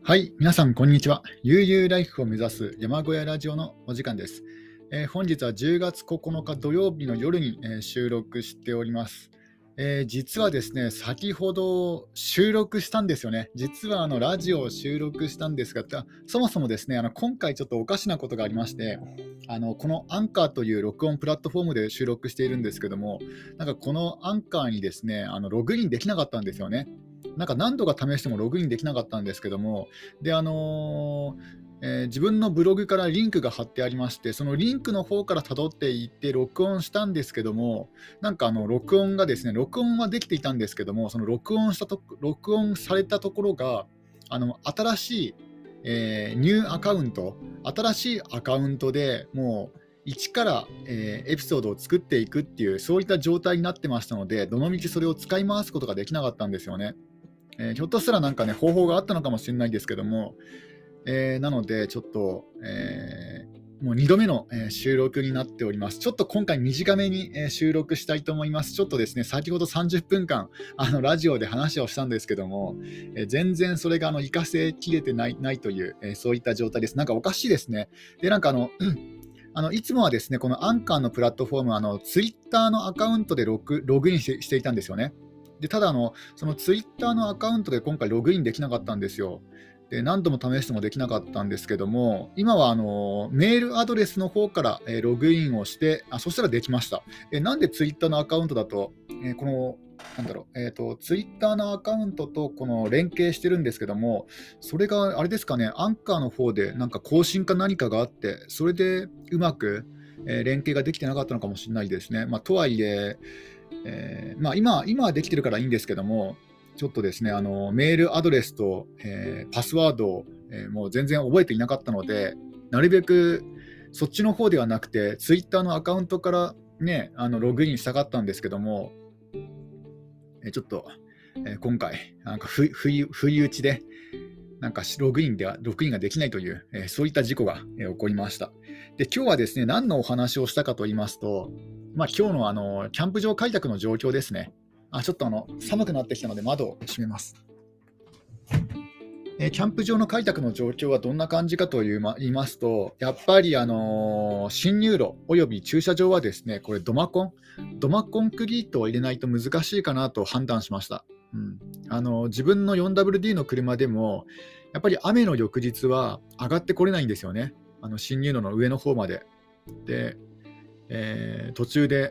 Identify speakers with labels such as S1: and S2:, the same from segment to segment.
S1: はい、皆さん、こんにちは。悠々ライフを目指す山小屋ラジオのお時間です。本日は10月9日土曜日の夜に、収録しております。実はですね、先ほど収録したんですよね。実はラジオを収録したんですが、そもそもですね、今回ちょっとおかしなことがありまして、このアンカーという録音プラットフォームで収録しているんですけども、なんかこのアンカーにですね、ログインできなかったんですよね。なんか何度か試してもログインできなかったんですけども、で、自分のブログからリンクが貼ってありまして、そのリンクの方から辿っていって録音したんですけども、なんか録音がですね、録音はできていたんですけども、その録音されたところが、新しい、ニューアカウント、新しいアカウントでもう一から、エピソードを作っていくっていう、そういった状態になってましたので、どのみちそれを使い回すことができなかったんですよね。ひょっとしたらなんかね、方法があったのかもしれないですけども、なので、ちょっと、もう2度目の、収録になっております。ちょっと今回短めに、収録したいと思います。ちょっとですね、先ほど30分間、ラジオで話をしたんですけども、全然それが活かせきれてないという、そういった状態です。なんかおかしいですね。で、なんかいつもはですね、このアンカーのプラットフォーム、ツイッターのアカウントでログインしていたんですよね。で、ただそのツイッターのアカウントで今回ログインできなかったんですよ。で、何度も試してもできなかったんですけども、今はメールアドレスの方から、ログインをして、そしたらできました。なんでツイッターのアカウントだと、この、なんだろう、ツイッターのアカウントとこの連携してるんですけども、それがあれですかね、アンカーの方でなんか更新か何かがあって、それでうまく、連携ができてなかったのかもしれないですね。とはいえ、今はできてるからいいんですけども、ちょっとですね、メールアドレスと、パスワードを、もう全然覚えていなかったので、なるべくそっちの方ではなくて、ツイッターのアカウントからね、ログインしたかったんですけども、ちょっと、今回、なんか不意打ちで、なんかログインができないという、そういった事故が、起こりました。で、今日はですね、何のお話をしたかと言いますと、今日のキャンプ場開拓の状況ですね。ちょっと寒くなってきたので窓を閉めます。キャンプ場の開拓の状況はどんな感じかと言いますと、やっぱり、進入路および駐車場はですね、これドマコンクリートを入れないと難しいかなと判断しました。うん、自分の 4WD の車でも、やっぱり雨の翌日は上がってこれないんですよね、進入路の上の方まで。で、途中で、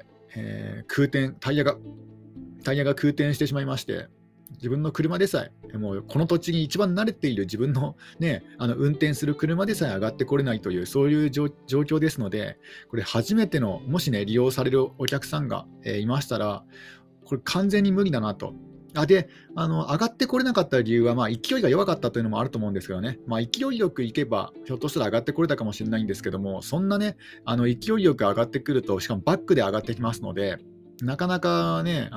S1: タイヤが空転してしまいまして、自分の車でさえ、もうこの土地に一番慣れている自分の、ね、運転する車でさえ上がってこれないという、そういう状況ですので、これ初めての、もしね、利用されるお客さんが、いましたら、これ完全に無理だなと。で、上がってこれなかった理由は、勢いが弱かったというのもあると思うんですけどね、勢いよく行けば、ひょっとしたら上がってこれたかもしれないんですけども、そんなね、勢いよく上がってくると、しかもバックで上がってきますので、なかなかね、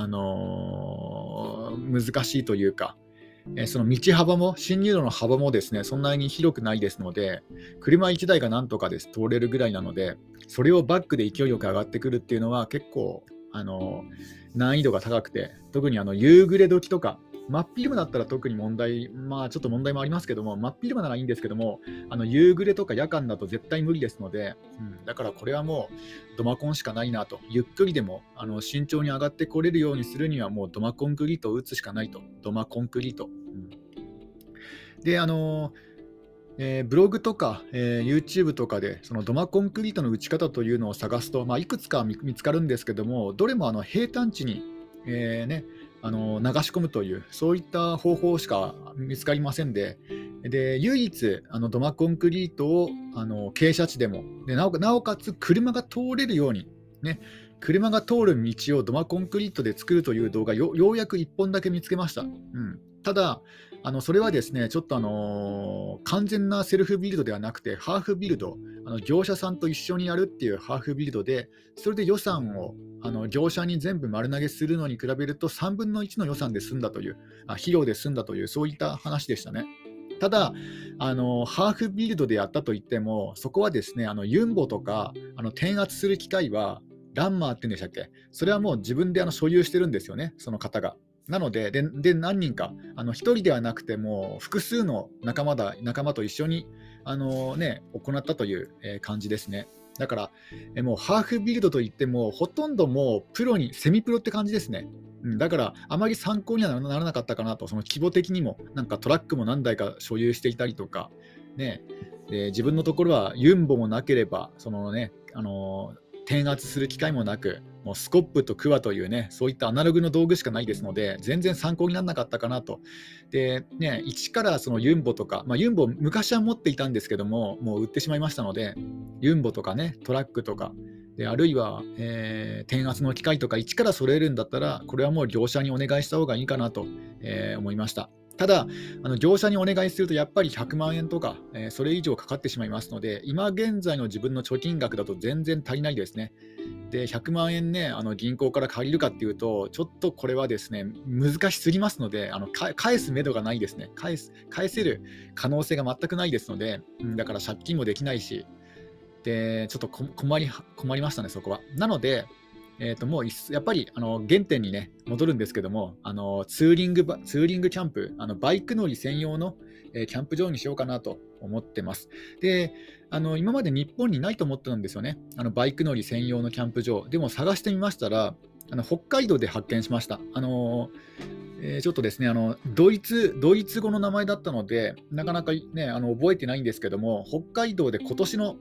S1: 難しいというか、その道幅も、進入路の幅もですね、そんなに広くないですので、車1台がなんとかです通れるぐらいなので、それをバックで勢いよく上がってくるっていうのは結構、難易度が高くて、特に夕暮れ時とか、真っ昼間だったら特にちょっと問題もありますけども、真っ昼間ならいいんですけども、夕暮れとか夜間だと絶対無理ですので、だからこれはもうドマコンしかないなと、ゆっくりでも慎重に上がってこれるようにするには、もうドマコンクリートを打つしかないと、ドマコンクリート。で、ブログとか、YouTube とかでそのドマコンクリートの打ち方というのを探すと、いくつか見つかるんですけども、どれも平坦地に、流し込むという、そういった方法しか見つかりませんで、唯一ドマコンクリートを傾斜地でもでなおかつ車が通れるように、ね、車が通る道をドマコンクリートで作るという動画ようやく1本だけ見つけました。ただそれはですね、ちょっと完全なセルフビルドではなくて、ハーフビルド、業者さんと一緒にやるっていうハーフビルドで、それで予算を業者に全部丸投げするのに比べると3分の1の予算で済んだという、費用で済んだという、そういった話でしたね。ただ、ハーフビルドでやったといっても、そこはですね、ユンボとか転圧する機械は、ランマーって言うんでしたっけ、それはもう自分で所有してるんですよね、その方が。 なので、何人か、1人ではなくて、もう複数の仲間と一緒に行ったという、感じですね。だから、もうハーフビルドといっても、ほとんどもうセミプロって感じですね。だから、あまり参考にはならなかったかなと、その規模的にも、なんかトラックも何台か所有していたりとか、ね、で自分のところはユンボもなければ、転圧する機会もなく、もうスコップとクワというね、そういったアナログの道具しかないですので、全然参考にならなかったかなと。で、ね、一からそのユンボとか、ユンボ昔は持っていたんですけども、もう売ってしまいましたので、ユンボとかね、トラックとか、であるいは、転圧の機械とか一から揃えるんだったら、これはもう業者にお願いした方がいいかなと、思いました。ただ、業者にお願いするとやっぱり100万円とか、それ以上かかってしまいますので、今現在の自分の貯金額だと全然足りないですね。で、100万円ね、銀行から借りるかっていうと、ちょっとこれはですね、難しすぎますので、返す目処がないですね。返せる可能性が全くないですので、だから借金もできないし、で、ちょっと困りましたね、そこは。なので、もうやっぱり原点に、ね、戻るんですけども、ツーリングキャンプ、バイク乗り専用の、キャンプ場にしようかなと思ってます。で、今まで日本にないと思ってたんですよね、バイク乗り専用のキャンプ場。でも探してみましたら、北海道で発見しました。ちょっとですね、ドイツ語の名前だったので、なかなか、ね、覚えてないんですけども、北海道で今年の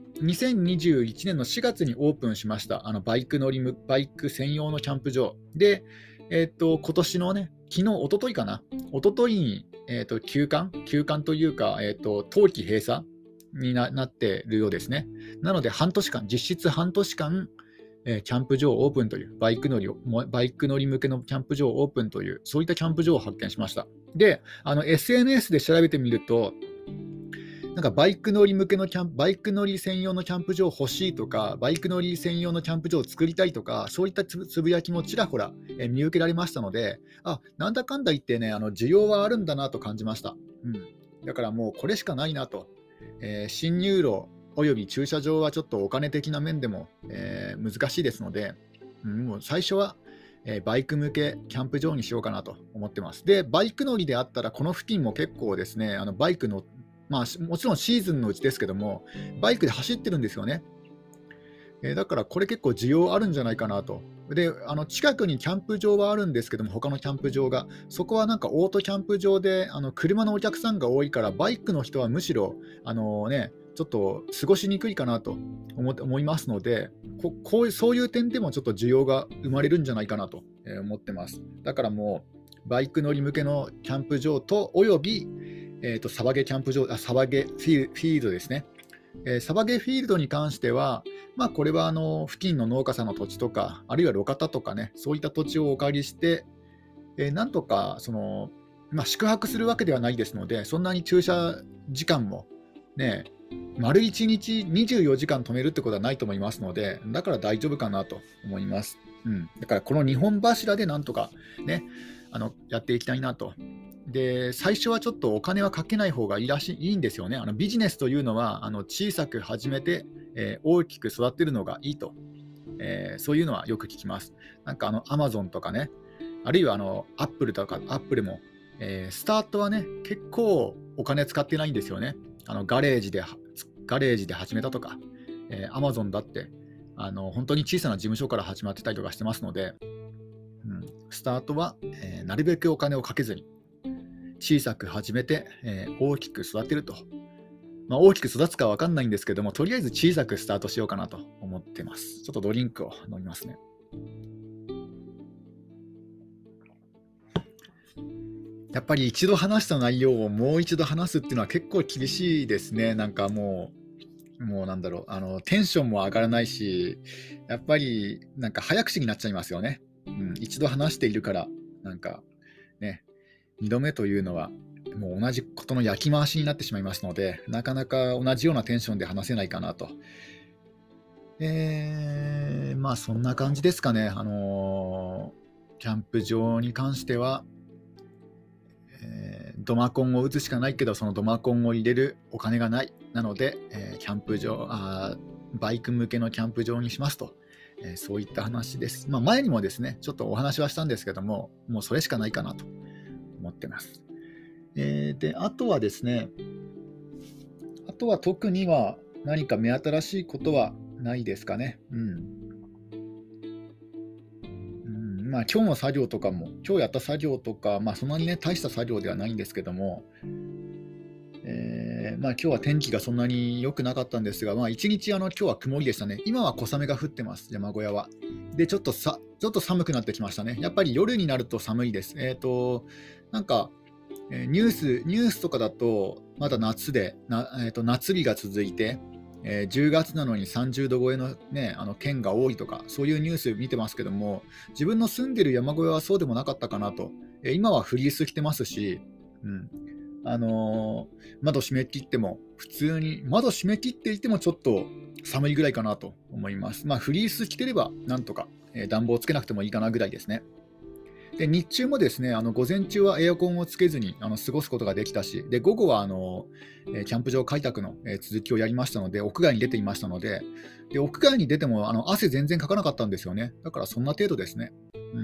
S1: 2021年の4月にオープンしました、バイク専用のキャンプ場で、今年のね、一昨日かな、一昨日に、休館というか、冬季閉鎖になっているようですね。なので、実質半年間、キャンプ場オープンというバイク乗り向けのキャンプ場オープンという、そういったキャンプ場を発見しました。で、SNS で調べてみると、なんかバイク乗り専用のキャンプ場欲しいとか、バイク乗り専用のキャンプ場を作りたいとか、そういったつぶやきもちらほら見受けられましたので、なんだかんだ言ってね、需要はあるんだなと感じました。だからもうこれしかないなと。進入路および駐車場はちょっとお金的な面でも、難しいですので、もう最初は、バイク向けキャンプ場にしようかなと思ってます。で、バイク乗りであったら、この付近も結構ですね、バイクの、もちろんシーズンのうちですけども、バイクで走ってるんですよね。だからこれ結構需要あるんじゃないかなと。で、近くにキャンプ場はあるんですけども、他のキャンプ場が、そこはなんかオートキャンプ場で、車のお客さんが多いから、バイクの人はむしろ、ちょっと過ごしにくいかなと思いますので、そういう点でもちょっと需要が生まれるんじゃないかなと思ってます。だからもう、バイク乗り向けのキャンプ場と、および、サバゲキャンプ場、サバゲフィールドですね。サバゲフィールドに関しては、これは付近の農家さんの土地とか、あるいは路肩とかね、そういった土地をお借りして、なんとか宿泊するわけではないですので、そんなに駐車時間も、ね、丸1日24時間止めるってことはないと思いますので、だから大丈夫かなと思います。だからこの2本柱でなんとか、ね、やっていきたいなと。で、最初はちょっとお金はかけない方がいいんですよね。ビジネスというのは小さく始めて、大きく育てるのがいいと、そういうのはよく聞きます。なんかAmazon とかね、あるいはApple とか、Apple も、スタートはね、結構お金使ってないんですよね。ガレージで始めたとか、Amazon だって本当に小さな事務所から始まってたりとかしてますので、スタートは、なるべくお金をかけずに小さく始めて、大きく育てると。大きく育つかは分かんないんですけども、とりあえず小さくスタートしようかなと思ってます。ちょっとドリンクを飲みますね。やっぱり一度話した内容をもう一度話すっていうのは結構厳しいですね。なんかもうなんだろう、テンションも上がらないし、やっぱりなんか早口になっちゃいますよね。一度話しているから、なんかね、2度目というのはもう同じことの焼き回しになってしまいますので、なかなか同じようなテンションで話せないかなと。そんな感じですかね。キャンプ場に関しては、ドマコンを打つしかないけど、そのドマコンを入れるお金がない。なので、バイク向けのキャンプ場にしますと、 そういった話です。前にもですね、ちょっとお話はしたんですけども、もうそれしかないかなと思ってます。で、あとはですね、あとは特には何か目新しいことはないですかね。今日の作業とかも、今日やった作業とか、そんなにね、大した作業ではないんですけども、今日は天気がそんなに良くなかったんですが、一日今日は曇りでしたね。今は小雨が降ってます、山小屋は。で、ちょっと寒くなってきましたね。やっぱり夜になると寒いです。なんか、ニュースとかだと、まだ夏で、夏日が続いて、10月なのに30度超えの、ね、県が多いとか、そういうニュース見てますけども、自分の住んでる山小屋はそうでもなかったかなと。今はフリース着てますし、うん窓閉め切っても、普通に窓閉め切っていてもちょっと寒いぐらいかなと思います。フリース着てればなんとか、暖房つけなくてもいいかなぐらいですね。で日中もですね、午前中はエアコンをつけずに過ごすことができたし、で午後はキャンプ場開拓の、続きをやりましたので、屋外に出ていましたので、屋外に出ても汗全然かかなかったんですよね。だからそんな程度ですね。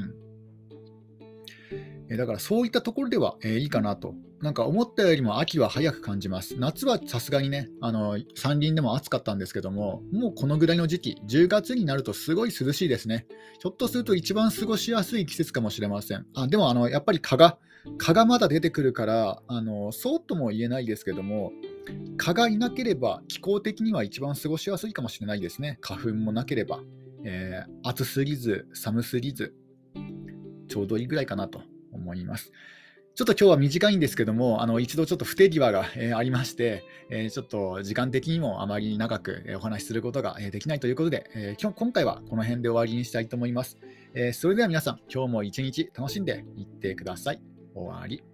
S1: だからそういったところでは、いいかなと。なんか思ったよりも秋は早く感じます。夏はさすがにね、山林でも暑かったんですけども、もうこのぐらいの時期、10月になるとすごい涼しいですね。ひょっとすると一番過ごしやすい季節かもしれません。でもやっぱり蚊がまだ出てくるから、そうとも言えないですけども、蚊がいなければ気候的には一番過ごしやすいかもしれないですね。花粉もなければ。暑すぎず、寒すぎず、ちょうどいいぐらいかなと思います。ちょっと今日は短いんですけども、一度ちょっと不手際が、ありまして、ちょっと時間的にもあまり長く、お話しすることが、できないということで、今回はこの辺で終わりにしたいと思います。それでは皆さん、今日も一日楽しんでいってください。終わり。